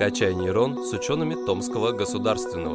«Качай нейрон» с учеными Томского государственного.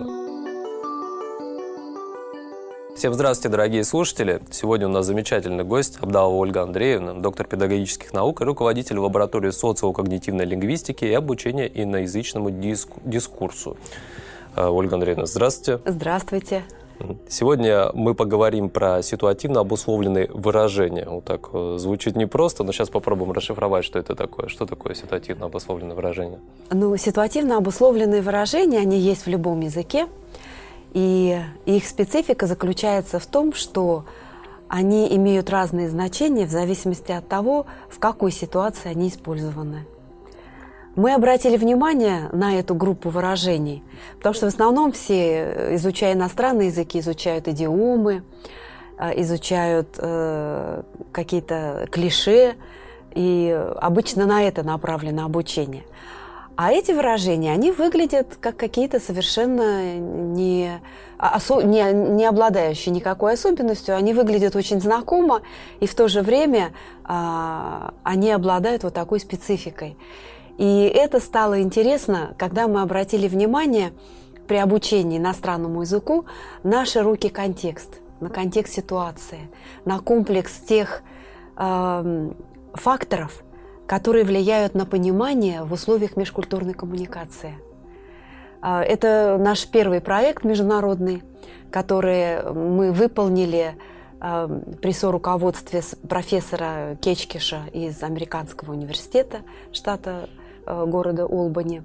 Всем здравствуйте, дорогие слушатели! Сегодня у нас замечательный гость Абдалова Ольга Андреевна, доктор педагогических наук и руководитель лаборатории социокогнитивной лингвистики и обучения иноязычному дискурсу. Ольга Андреевна, здравствуйте! Здравствуйте! Сегодня мы поговорим про ситуативно обусловленные выражения. Вот так звучит непросто, но сейчас попробуем расшифровать, что это такое. Что такое ситуативно обусловленное выражение? Ситуативно обусловленные выражения, они есть в любом языке. И их специфика заключается в том, что они имеют разные значения в зависимости от того, в какой ситуации они использованы. Мы обратили внимание на эту группу выражений, потому что в основном все, изучая иностранные языки, изучают идиомы, изучают какие-то клише, и обычно на это направлено обучение. А эти выражения, они выглядят как какие-то совершенно не обладающие никакой особенностью, они выглядят очень знакомо, и в то же время они обладают вот такой спецификой. И это стало интересно, когда мы обратили внимание при обучении иностранному языку на широкий контекст, на контекст ситуации, на комплекс тех факторов, которые влияют на понимание в условиях межкультурной коммуникации. Это наш первый проект международный, который мы выполнили при соруководстве профессора Кетчкиша из Американского университета штата города Олбани.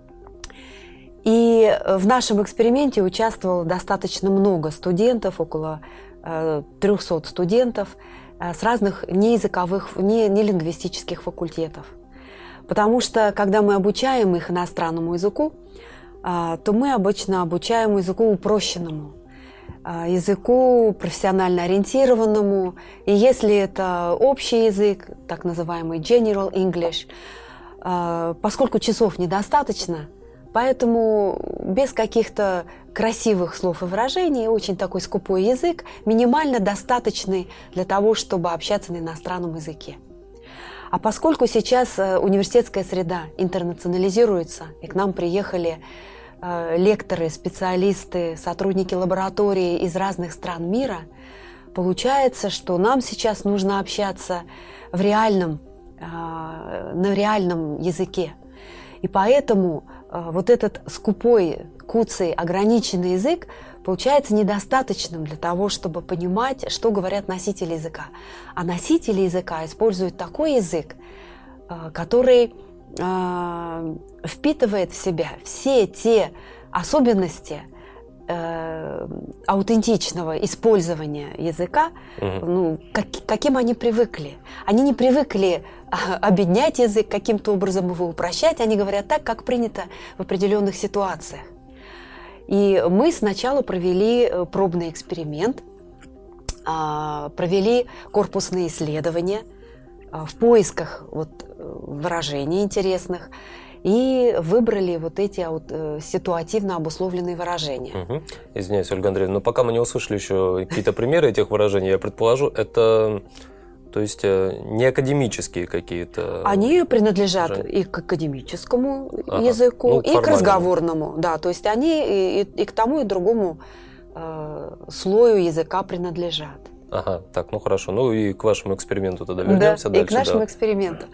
И в нашем эксперименте участвовало достаточно много студентов, около 300 студентов, с разных неязыковых, не лингвистических факультетов. Потому что, когда мы обучаем их иностранному языку, то мы обычно обучаем языку упрощенному, языку профессионально ориентированному. И если это общий язык, так называемый General English, поскольку часов недостаточно, поэтому без каких-то красивых слов и выражений, очень такой скупой язык, минимально достаточный для того, чтобы общаться на иностранном языке. А поскольку сейчас университетская среда интернационализируется, и к нам приехали лекторы, специалисты, сотрудники лаборатории из разных стран мира, получается, что нам сейчас нужно общаться на реальном языке. И поэтому вот этот скупой, куцый, ограниченный язык получается недостаточным для того, чтобы понимать, что говорят носители языка. А носители языка используют такой язык, который впитывает в себя все те особенности аутентичного использования языка, каким они привыкли. Они не привыкли обеднять язык, каким-то образом его упрощать, они говорят так, как принято в определенных ситуациях. И мы сначала провели пробный эксперимент, провели корпусные исследования в поисках выражений интересных, и выбрали вот эти ситуативно обусловленные выражения. Извиняюсь, Ольга Андреевна, но пока мы не услышали еще какие-то примеры этих выражений, я предположу, это, то есть, не академические какие-то. Они принадлежат и к академическому языку, и к разговорному. Да, то есть они и к тому, и к другому слою языка принадлежат. Ага, так, хорошо. И к вашему эксперименту тогда вернемся дальше. И к нашему эксперименту.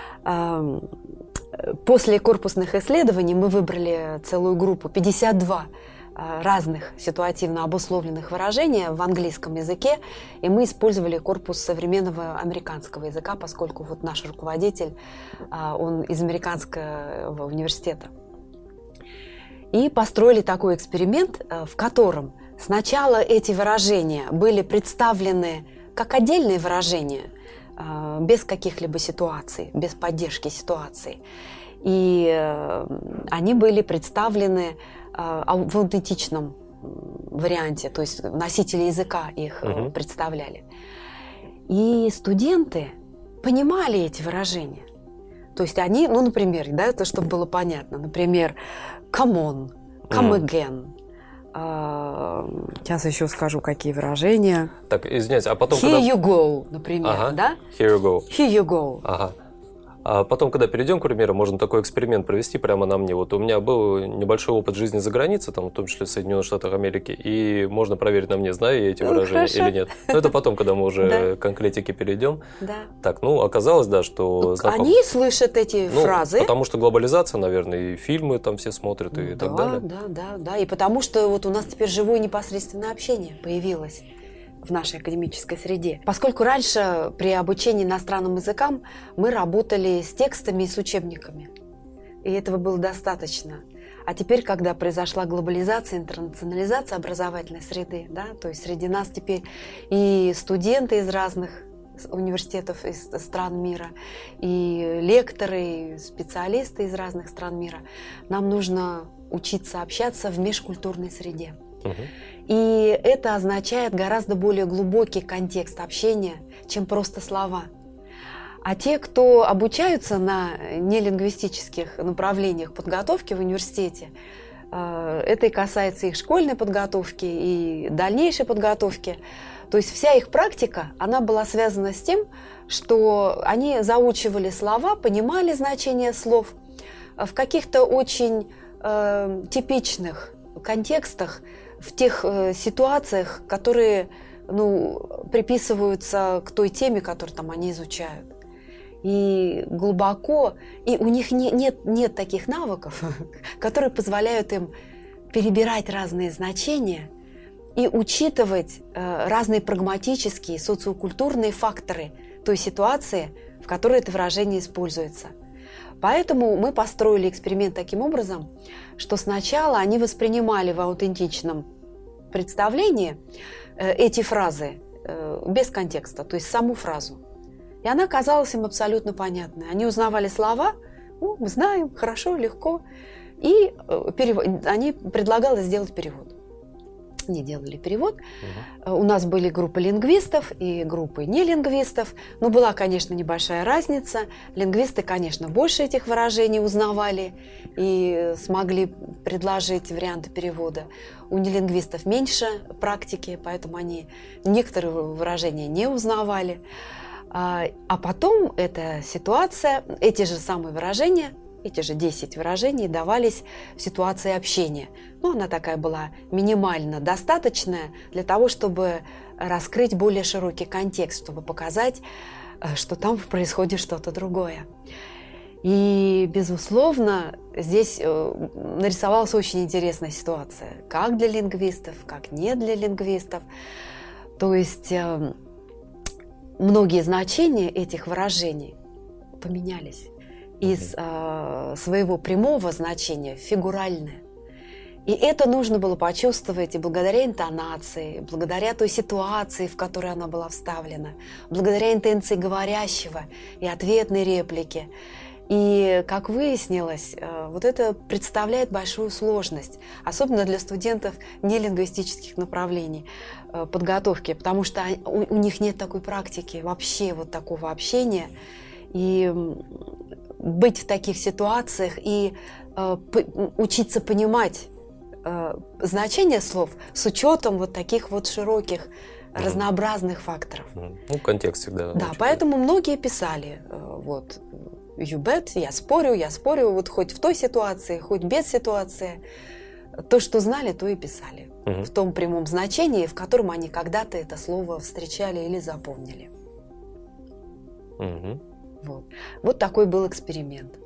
После корпусных исследований мы выбрали целую группу, 52 разных ситуативно обусловленных выражения в английском языке, и мы использовали корпус современного американского языка, поскольку наш руководитель, он из Американского университета. И построили такой эксперимент, в котором сначала эти выражения были представлены как отдельные выражения, без каких-либо ситуаций, без поддержки ситуаций. И они были представлены в аутентичном варианте, то есть носители языка их представляли. И студенты понимали эти выражения. То есть они, например, это чтобы было понятно, например, come on, come again. Сейчас еще скажу, какие выражения. Так, извиняюсь, а потом... Here you go, например, ага. да? Here you go. Here you go. Ага. А потом, когда перейдем к примеру, можно такой эксперимент провести прямо на мне. Вот у меня был небольшой опыт жизни за границей, там, в том числе в Соединенных Штатах Америки, и можно проверить на мне, знаю я эти выражения или нет. Но это потом, когда мы уже к конкретике перейдем. Так, оказалось, да, что... Они слышат эти фразы. Потому что глобализация, наверное, и фильмы там все смотрят и так далее. Да. И потому что вот у нас теперь живое непосредственное общение появилось в нашей академической среде. Поскольку раньше при обучении иностранным языкам мы работали с текстами и с учебниками, и этого было достаточно. А теперь, когда произошла глобализация, интернационализация образовательной среды, да, то есть среди нас теперь и студенты из разных университетов из стран мира, и лекторы, и специалисты из разных стран мира, нам нужно учиться общаться в межкультурной среде. И это означает гораздо более глубокий контекст общения, чем просто слова. А те, кто обучаются на нелингвистических направлениях подготовки в университете, это и касается их школьной подготовки и дальнейшей подготовки. То есть вся их практика, она была связана с тем, что они заучивали слова, понимали значение слов в каких-то очень типичных контекстах, в тех ситуациях, которые приписываются к той теме, которую там они изучают. И глубоко, и у них нет таких навыков, которые позволяют им перебирать разные значения и учитывать разные прагматические, социокультурные факторы той ситуации, в которой это выражение используется. Поэтому мы построили эксперимент таким образом, что сначала они воспринимали в аутентичном представлении эти фразы без контекста, то есть саму фразу. И она казалась им абсолютно понятной. Они узнавали слова, мы знаем, хорошо, легко, и они предлагали сделать перевод. Не делали перевод. У нас были группы лингвистов и группы нелингвистов. Но была, конечно, небольшая разница. Лингвисты, конечно, больше этих выражений узнавали и смогли предложить варианты перевода. У нелингвистов меньше практики, поэтому они некоторые выражения не узнавали. А потом эта ситуация, эти же самые выражения, эти же 10 выражений давались в ситуации общения. Она такая была минимально достаточная для того, чтобы раскрыть более широкий контекст, чтобы показать, что там происходит что-то другое. И, безусловно, здесь нарисовалась очень интересная ситуация, как для лингвистов, как не для лингвистов. То есть многие значения этих выражений поменялись из своего прямого значения в фигуральное. И это нужно было почувствовать и благодаря интонации, благодаря той ситуации, в которой она была вставлена, благодаря интенции говорящего и ответной реплики. И, как выяснилось, вот это представляет большую сложность, особенно для студентов нелингвистических направлений подготовки, потому что у них нет такой практики, вообще вот такого общения. И быть в таких ситуациях и учиться понимать значение слов с учетом вот таких вот широких, разнообразных факторов. Контекст всегда. Да, поэтому многие писали вот you bet, я спорю, вот хоть в той ситуации, хоть без ситуации. То, что знали, то и писали. В том прямом значении, в котором они когда-то это слово встречали или запомнили. Вот такой был эксперимент.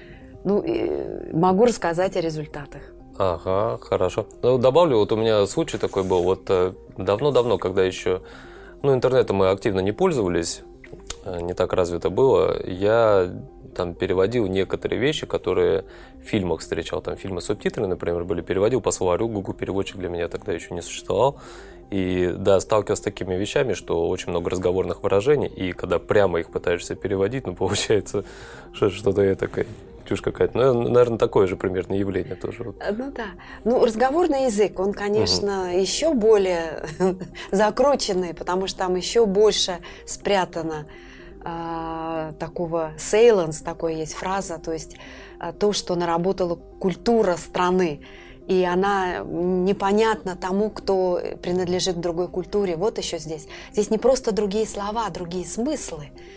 Могу рассказать о результатах. Ага, хорошо. Добавлю, вот у меня случай такой был. Вот давно-давно, когда еще интернетом мы активно не пользовались, не так развито было, я там переводил некоторые вещи, которые в фильмах встречал. Там фильмы с субтитрами, например, были, переводил по словарю. Google переводчик для меня тогда еще не существовал. И да, сталкивался с такими вещами, что очень много разговорных выражений, и когда прямо их пытаешься переводить, получается что-то этакое. Чушь какая-то. Наверное, такое же примерно явление тоже. Разговорный язык, он, конечно, еще более закрученный, потому что там еще больше спрятано такого salence, такой есть фраза, то есть то, что наработала культура страны, и она непонятна тому, кто принадлежит к другой культуре. Вот еще здесь. Здесь не просто другие слова, другие смыслы.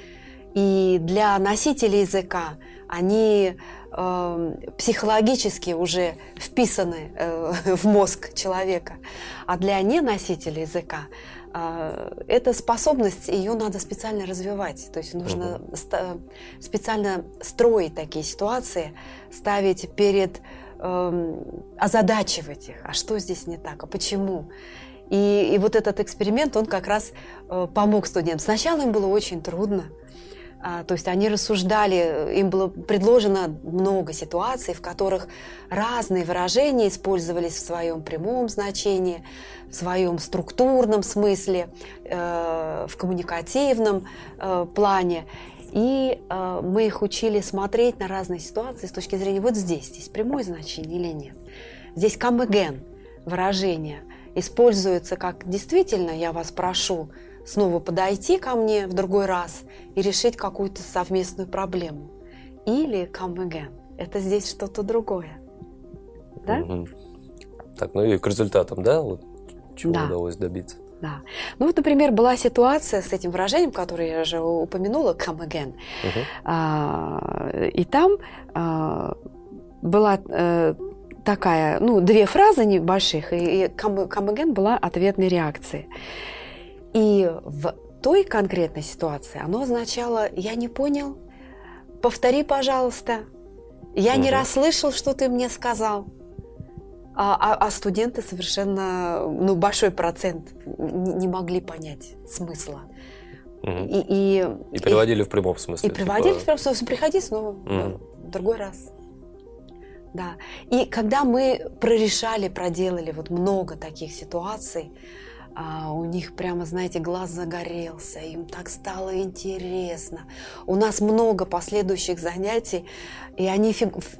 И для носителей языка они психологически уже вписаны в мозг человека. А для неносителей языка эта способность, ее надо специально развивать. То есть нужно специально строить такие ситуации, ставить перед, озадачивать их. А что здесь не так? А почему? И вот этот эксперимент, он как раз помог студентам. Сначала им было очень трудно. То есть они рассуждали, им было предложено много ситуаций, в которых разные выражения использовались в своем прямом значении, в своем структурном смысле, в коммуникативном плане. И мы их учили смотреть на разные ситуации с точки зрения вот здесь прямое значение или нет. Здесь come again выражение используется как действительно я вас прошу снова подойти ко мне в другой раз и решить какую-то совместную проблему. Или come again. Это здесь что-то другое. Да? Так, ну и к результатам, да? Вот чего удалось добиться? Да. Ну вот, например, была ситуация с этим выражением, которое я уже упомянула, come again. И там была такая, две фразы небольших, и come again была ответной реакцией. И в той конкретной ситуации оно означало «я не понял, повтори, пожалуйста, я не расслышал, что ты мне сказал». А студенты совершенно, большой процент не могли понять смысла. И переводили в прямом смысле. И переводили в прямом смысле, приходи снова в другой раз. Да. И когда мы проделали вот много таких ситуаций, у них прямо, знаете, глаз загорелся, им так стало интересно. У нас много последующих занятий, и они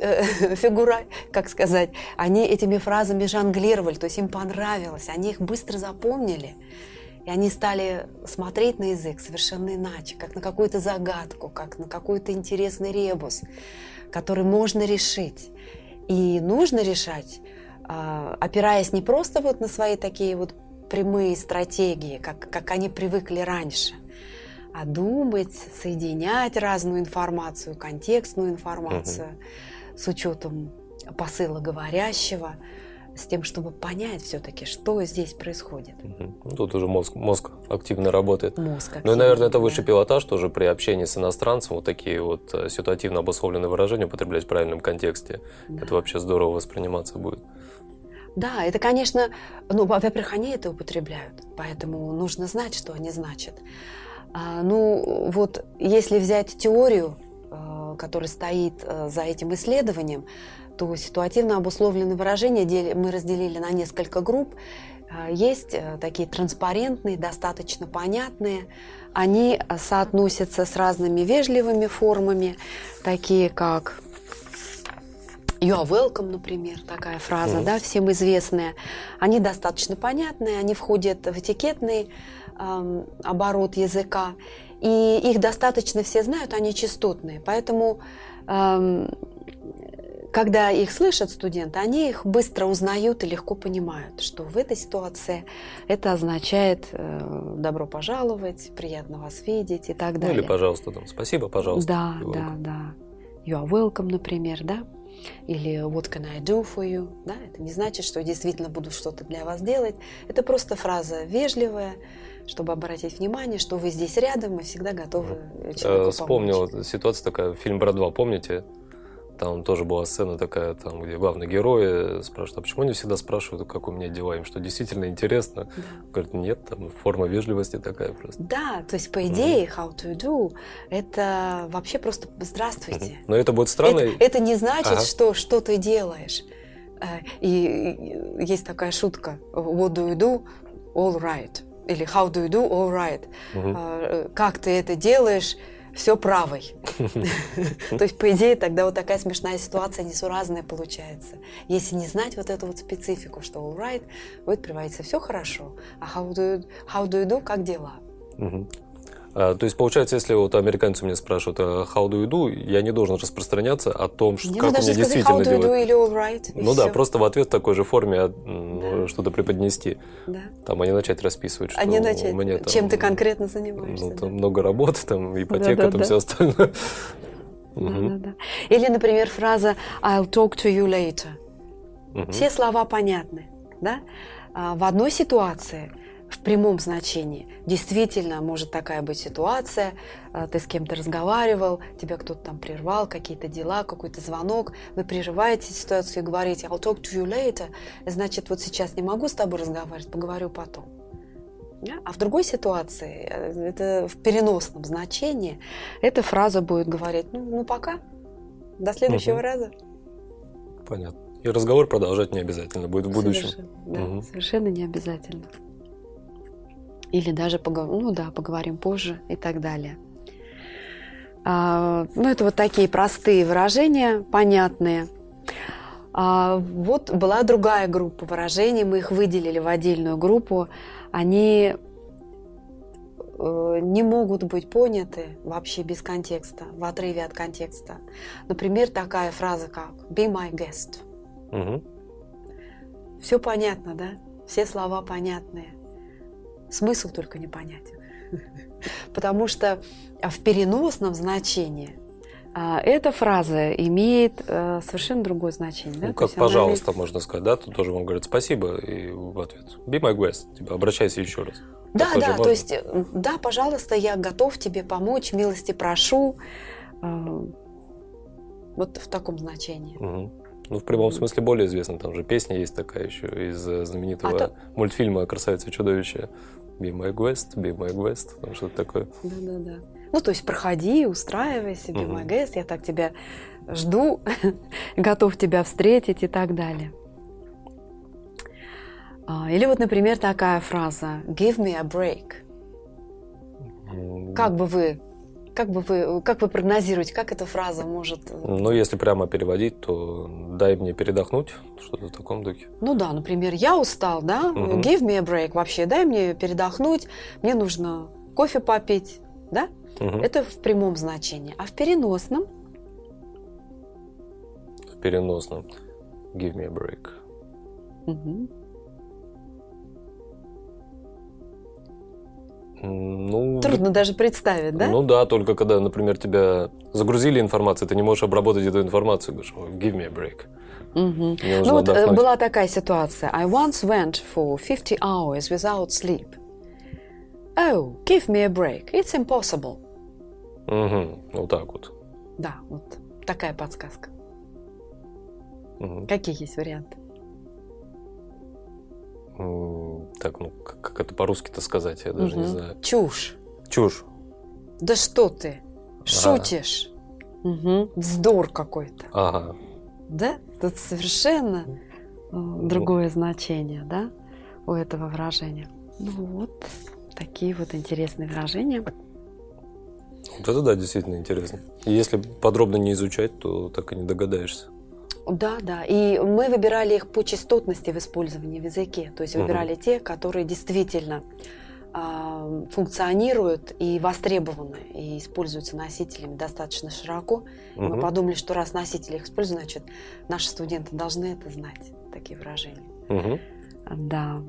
они этими фразами жонглировали, то есть им понравилось, они их быстро запомнили, и они стали смотреть на язык совершенно иначе, как на какую-то загадку, как на какой-то интересный ребус, который можно решить. И нужно решать, опираясь не просто вот на свои такие вот прямые стратегии, как они привыкли раньше, а думать, соединять разную информацию, контекстную информацию с учетом посыла говорящего, с тем, чтобы понять все-таки, что здесь происходит. Тут уже мозг активно работает. Ну и, наверное, это высший пилотаж тоже при общении с иностранцем, вот такие вот ситуативно обусловленные выражения употреблять в правильном контексте. Да. Это вообще здорово восприниматься будет. Да, это, конечно, во-первых, они это употребляют, поэтому нужно знать, что они значат. Вот если взять теорию, которая стоит за этим исследованием, то ситуативно обусловленные выражения мы разделили на несколько групп. Есть такие транспарентные, достаточно понятные. Они соотносятся с разными вежливыми формами, такие как «You are welcome», например, такая фраза, да, всем известная. Они достаточно понятные, они входят в этикетный оборот языка, и их достаточно все знают, они частотные. Поэтому, когда их слышат студенты, они их быстро узнают и легко понимают, что в этой ситуации это означает «добро пожаловать», «приятно вас видеть» и так далее. Или «пожалуйста», там, «спасибо, пожалуйста». Да. «You are welcome», например, да. Или «What can I do for you?» Да? Это не значит, что я действительно буду что-то для вас делать. Это просто фраза вежливая, чтобы обратить внимание, что вы здесь рядом и всегда готовы человеку Вспомнил помочь. Ситуация такая, фильм «Брат 2», помните? Там тоже была сцена такая, там, где главный герой спрашивает, а почему они всегда спрашивают, как у меня дела, им что, действительно интересно? Да. Говорит, нет, там форма вежливости такая просто. Да, то есть по идее how to do это вообще просто здравствуйте. Но это будет странно. Это не значит, что ты делаешь. И есть такая шутка what do you do? All right. Или how do you do? All right. Как ты это делаешь? Все правой. То есть, по идее, тогда вот такая смешная ситуация несуразная получается. Если не знать вот эту вот специфику, что all right, будет приводиться все хорошо, а how do you do, как дела? То есть, получается, если вот американцы меня спрашивают, how do you do, я не должен распространяться о том, что, как у меня действительно делать. How do you do или all right, ну да, все. просто в ответ в такой же форме что-то преподнести. Да. Там, а не начать расписывать, что А не начать, у меня там... чем ты конкретно занимаешься. Ну, да. там много работы, там ипотека, Да. все остальное. Да. Или, например, фраза I'll talk to you later. Все слова понятны. Да? В одной ситуации, в прямом значении, действительно может такая быть ситуация, ты с кем-то разговаривал, тебя кто-то там прервал, какие-то дела, какой-то звонок, вы прерываете ситуацию и говорите I'll talk to you later, значит, вот сейчас не могу с тобой разговаривать, поговорю потом. А в другой ситуации, это в переносном значении, эта фраза будет говорить ну пока, до следующего раза. Понятно. И разговор продолжать не обязательно будет в будущем. Совершенно не обязательно. Или даже поговорим позже и так далее. Это вот такие простые выражения, понятные. Вот была другая группа выражений, мы их выделили в отдельную группу. Они не могут быть поняты вообще без контекста, в отрыве от контекста. Например, такая фраза, как «be my guest». Все понятно, да? Все слова понятные. Смысл только непонятен. Потому что в переносном значении эта фраза имеет совершенно другое значение. Ну, как «пожалуйста», можно сказать, да? Тут тоже вам говорят «спасибо», и в ответ «be my guest», типа обращайся еще раз. Да, то есть, да, пожалуйста, я готов тебе помочь, милости прошу. Вот в таком значении. Ну, в прямом смысле более известно. Там же песня есть такая еще из знаменитого мультфильма «Красавица и чудовище». «Be my guest», «be my guest», там что-то такое. Да. Ну, то есть проходи, устраивайся, be my guest, я так тебя жду, готов тебя встретить и так далее. Или вот, например, такая фраза «give me a break». Как вы прогнозируете, как эта фраза может... Ну, если прямо переводить, то «дай мне передохнуть», что-то в таком духе. Ну да, например, я устал, да? Give me a break, вообще, дай мне передохнуть, мне нужно кофе попить, да? Это в прямом значении. А в переносном? В переносном «give me a break». Ну, трудно даже представить, да? Ну да, только когда, например, тебя загрузили информацию, ты не можешь обработать эту информацию, говоришь, give me a break. Ну вот была такая ситуация. I once went for 50 hours without sleep. Oh, give me a break. It's impossible. Вот так вот. Да, вот такая подсказка. Какие есть варианты? Так, ну как это по-русски-то сказать, я даже не знаю. Чушь. Да что ты? Шутишь? Вздор какой-то. Ага. Да? Тут совершенно другое значение, да, у этого выражения. Ну вот, такие вот интересные выражения. Вот это да, действительно интересно. И если подробно не изучать, то так и не догадаешься. Да. И мы выбирали их по частотности в использовании в языке. То есть выбирали те, которые действительно функционируют и востребованы, и используются носителями достаточно широко. Мы подумали, что раз носители их используют, значит, наши студенты должны это знать, такие выражения. Да.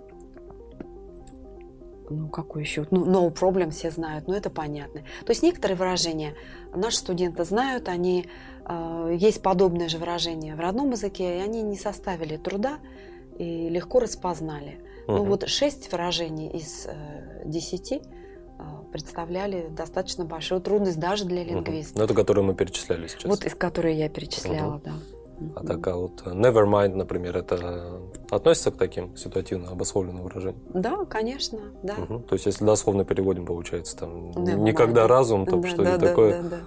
Ну, какой еще? Ну, no problem все знают, но это понятно. То есть некоторые выражения наши студенты знают, они, есть подобное же выражение в родном языке, и они не составили труда и легко распознали. Ну, вот 6 выражений из 10 представляли достаточно большую трудность даже для лингвистов. Ну, это которые мы перечисляли сейчас. Вот из которых я перечисляла, да. А такая вот never mind, например, это относится к таким ситуативно обусловленным выражениям? Да, конечно, да. То есть, если дословно переводим, получается, там Never никогда mind. разум, там Да, что-нибудь да, такое. Да.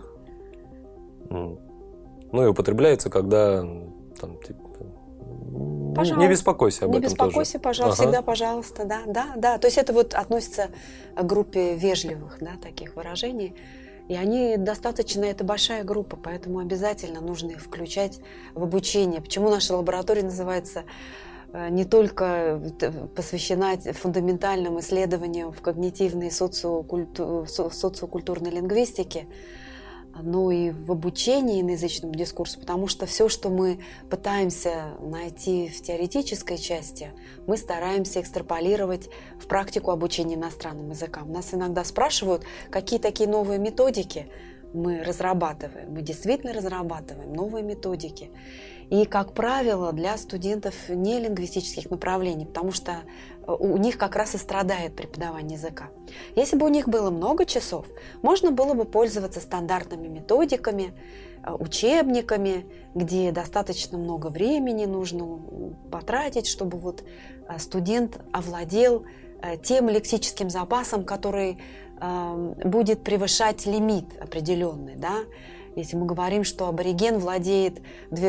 Ну и употребляется, когда там, типа, не беспокойся об этом тоже. Не беспокойся, пожалуйста, всегда пожалуйста, да. То есть это вот относится к группе вежливых, да, таких выражений. И они достаточно, это большая группа, поэтому обязательно нужно их включать в обучение. Почему наша лаборатория называется не только посвящена фундаментальным исследованиям в когнитивной социокультурной лингвистике, но и в обучении иноязычному дискурсу, потому что все, что мы пытаемся найти в теоретической части, мы стараемся экстраполировать в практику обучения иностранным языкам. Нас иногда спрашивают, какие такие новые методики мы разрабатываем. Мы действительно разрабатываем новые методики. И, как правило, для студентов нелингвистических направлений, потому что у них как раз и страдает преподавание языка. Если бы у них было много часов, можно было бы пользоваться стандартными методиками, учебниками, где достаточно много времени нужно потратить, чтобы вот студент овладел тем лексическим запасом, который будет превышать лимит определенный, да? Если мы говорим, что абориген владеет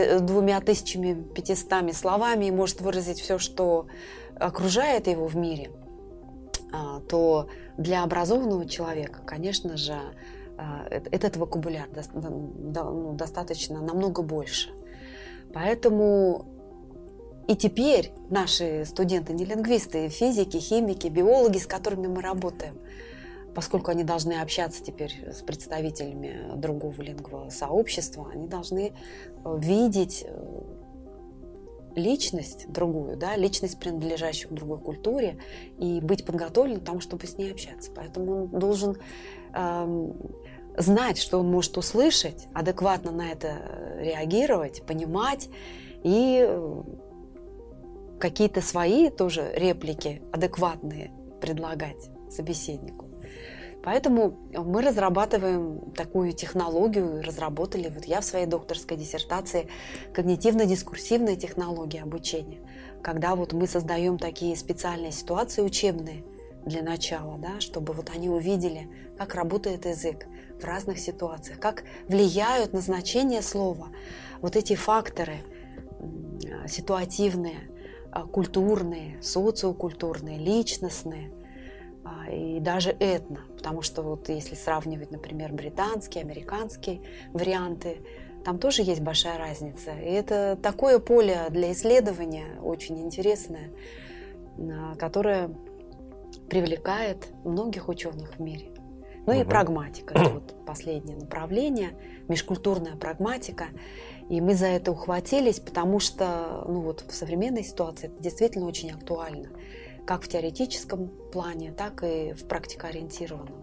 2500 словами и может выразить все, что окружает его в мире, то для образованного человека, конечно же, этот вокабуляр достаточно намного больше. Поэтому и теперь наши студенты, не лингвисты, физики, химики, биологи, с которыми мы работаем, поскольку они должны общаться теперь с представителями другого лингвового сообщества, они должны видеть личность другую, да, личность, принадлежащую к другой культуре, и быть подготовленным к тому, чтобы с ней общаться. Поэтому он должен знать, что он может услышать, адекватно на это реагировать, понимать и какие-то свои тоже реплики адекватные предлагать собеседнику. Поэтому мы разрабатываем такую технологию, разработали, вот я в своей докторской диссертации, когнитивно-дискурсивные технологии обучения, когда вот мы создаем такие специальные ситуации учебные для начала, да, чтобы вот они увидели, как работает язык в разных ситуациях, как влияют на значение слова вот эти факторы ситуативные, культурные, социокультурные, личностные, и даже этно, потому что вот если сравнивать, например, британские, американские варианты, там тоже есть большая разница. И это такое поле для исследования очень интересное, которое привлекает многих ученых в мире. Ну и прагматика, это вот последнее направление, межкультурная прагматика. И мы за это ухватились, потому что ну вот в современной ситуации это действительно очень актуально. Как в теоретическом плане, так и в практикоориентированном.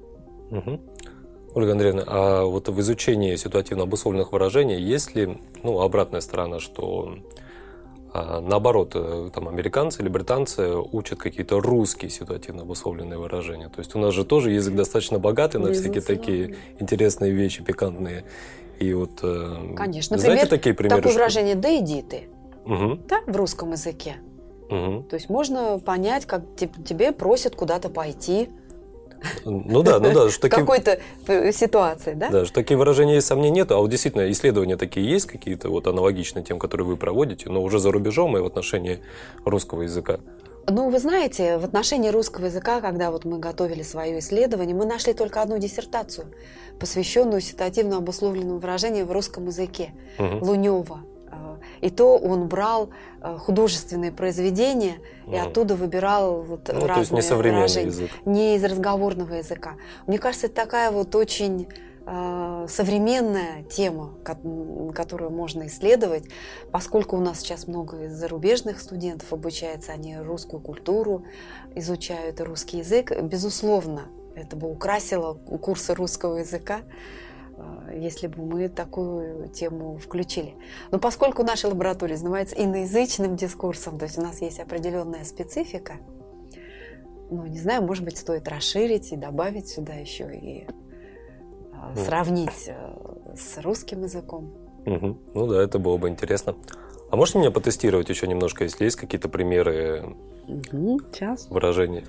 Ольга Андреевна, а вот в изучении ситуативно обусловленных выражений есть ли обратная сторона, что наоборот, там американцы или британцы учат какие-то русские ситуативно обусловленные выражения? То есть у нас же тоже язык достаточно богатый на всякие такие интересные вещи, пикантные. И вот, конечно, знаете такие примеры? Такое выражение «да иди ты», да, в русском языке. То есть можно понять, как тебе просят куда-то пойти. Ну да, в какой-то ситуации, да? Да, что такие выражения есть, сомнений нет, а вот действительно исследования такие есть какие-то вот аналогичные тем, которые вы проводите, но уже за рубежом и в отношении русского языка. Ну, вы знаете, в отношении русского языка, когда вот мы готовили свое исследование, мы нашли только одну диссертацию, посвященную ситуативно обусловленному выражению в русском языке, Лунёва. И то он брал художественные произведения и оттуда выбирал вот разные то есть не современный выражения, язык. Не из разговорного языка. Мне кажется, это такая вот очень современная тема, которую можно исследовать, поскольку у нас сейчас много зарубежных студентов обучается, они русскую культуру изучают и русский язык. Безусловно, это бы украсило курсы русского языка, если бы мы такую тему включили. Но поскольку наша лаборатория занимается иноязычным дискурсом, то есть у нас есть определенная специфика, не знаю, может быть, стоит расширить и добавить сюда еще и сравнить с русским языком. Ну да, это было бы интересно. А можете меня потестировать еще немножко, если есть какие-то примеры выражений?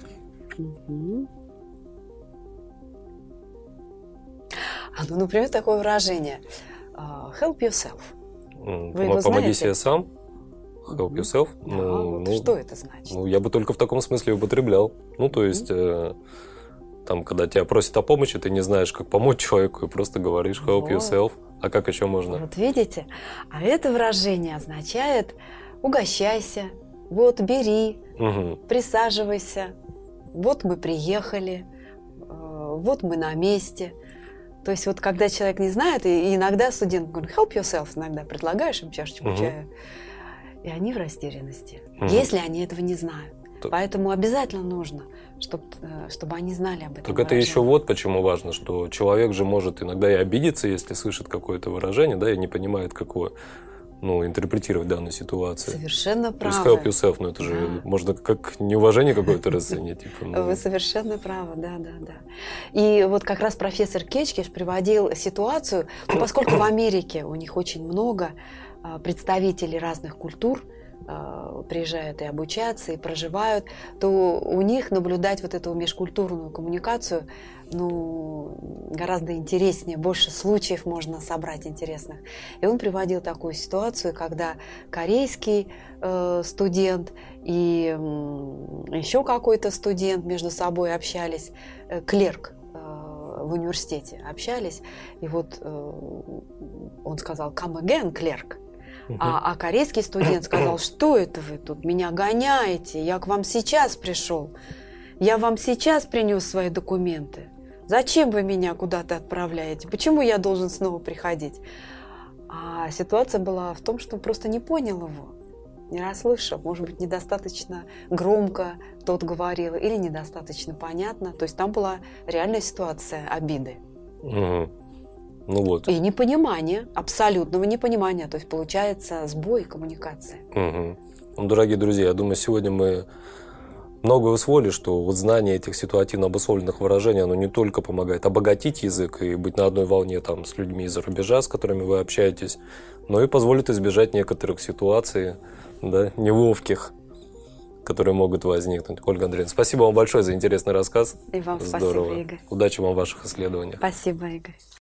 Например, такое выражение «help yourself». Вы его «Помоги знаете? себе сам». «Help yourself». Что это значит? Я бы только в таком смысле употреблял. То есть, там, когда тебя просят о помощи, ты не знаешь, как помочь человеку, и просто говоришь «help yourself». А как еще можно? Вот видите? А это выражение означает «угощайся», Вот, бери, присаживайся, вот мы приехали, вот мы на месте. То есть вот когда человек не знает, и иногда студент говорит, help yourself, иногда предлагаешь им чашечку чая, и они в растерянности, если они этого не знают. Поэтому обязательно нужно, чтобы они знали об этом. Так это еще вот почему важно, что человек же может иногда и обидеться, если слышит какое-то выражение, да, и не понимает, какое, интерпретировать данную ситуацию. Совершенно правы. То есть help yourself, это же можно как неуважение какое-то расценить. Вы совершенно правы, да. И вот как раз профессор Кетчкиш приводил ситуацию, поскольку в Америке у них очень много представителей разных культур, приезжают и обучаться, и проживают, то у них наблюдать вот эту межкультурную коммуникацию гораздо интереснее, больше случаев можно собрать интересных. И он приводил такую ситуацию, когда корейский студент и еще какой-то студент между собой общались, клерк в университете общались, и вот он сказал «come again, клерк». А корейский студент сказал, что это вы тут меня гоняете, я к вам сейчас пришел, я вам сейчас принес свои документы, зачем вы меня куда-то отправляете, почему я должен снова приходить? А ситуация была в том, что он просто не понял его, не расслышал, может быть, недостаточно громко тот говорил или недостаточно понятно, то есть там была реальная ситуация обиды. И непонимание, абсолютного непонимания, то есть получается сбой коммуникации. Дорогие друзья, я думаю, сегодня мы многое усвоили, что вот знание этих ситуативно обусловленных выражений, оно не только помогает обогатить язык и быть на одной волне там, с людьми из-за рубежа, с которыми вы общаетесь, но и позволит избежать некоторых ситуаций, да, неловких, которые могут возникнуть. Ольга Андреевна, спасибо вам большое за интересный рассказ. И вам Здорово. Спасибо, Игорь. Удачи вам в ваших исследованиях. Спасибо, Игорь.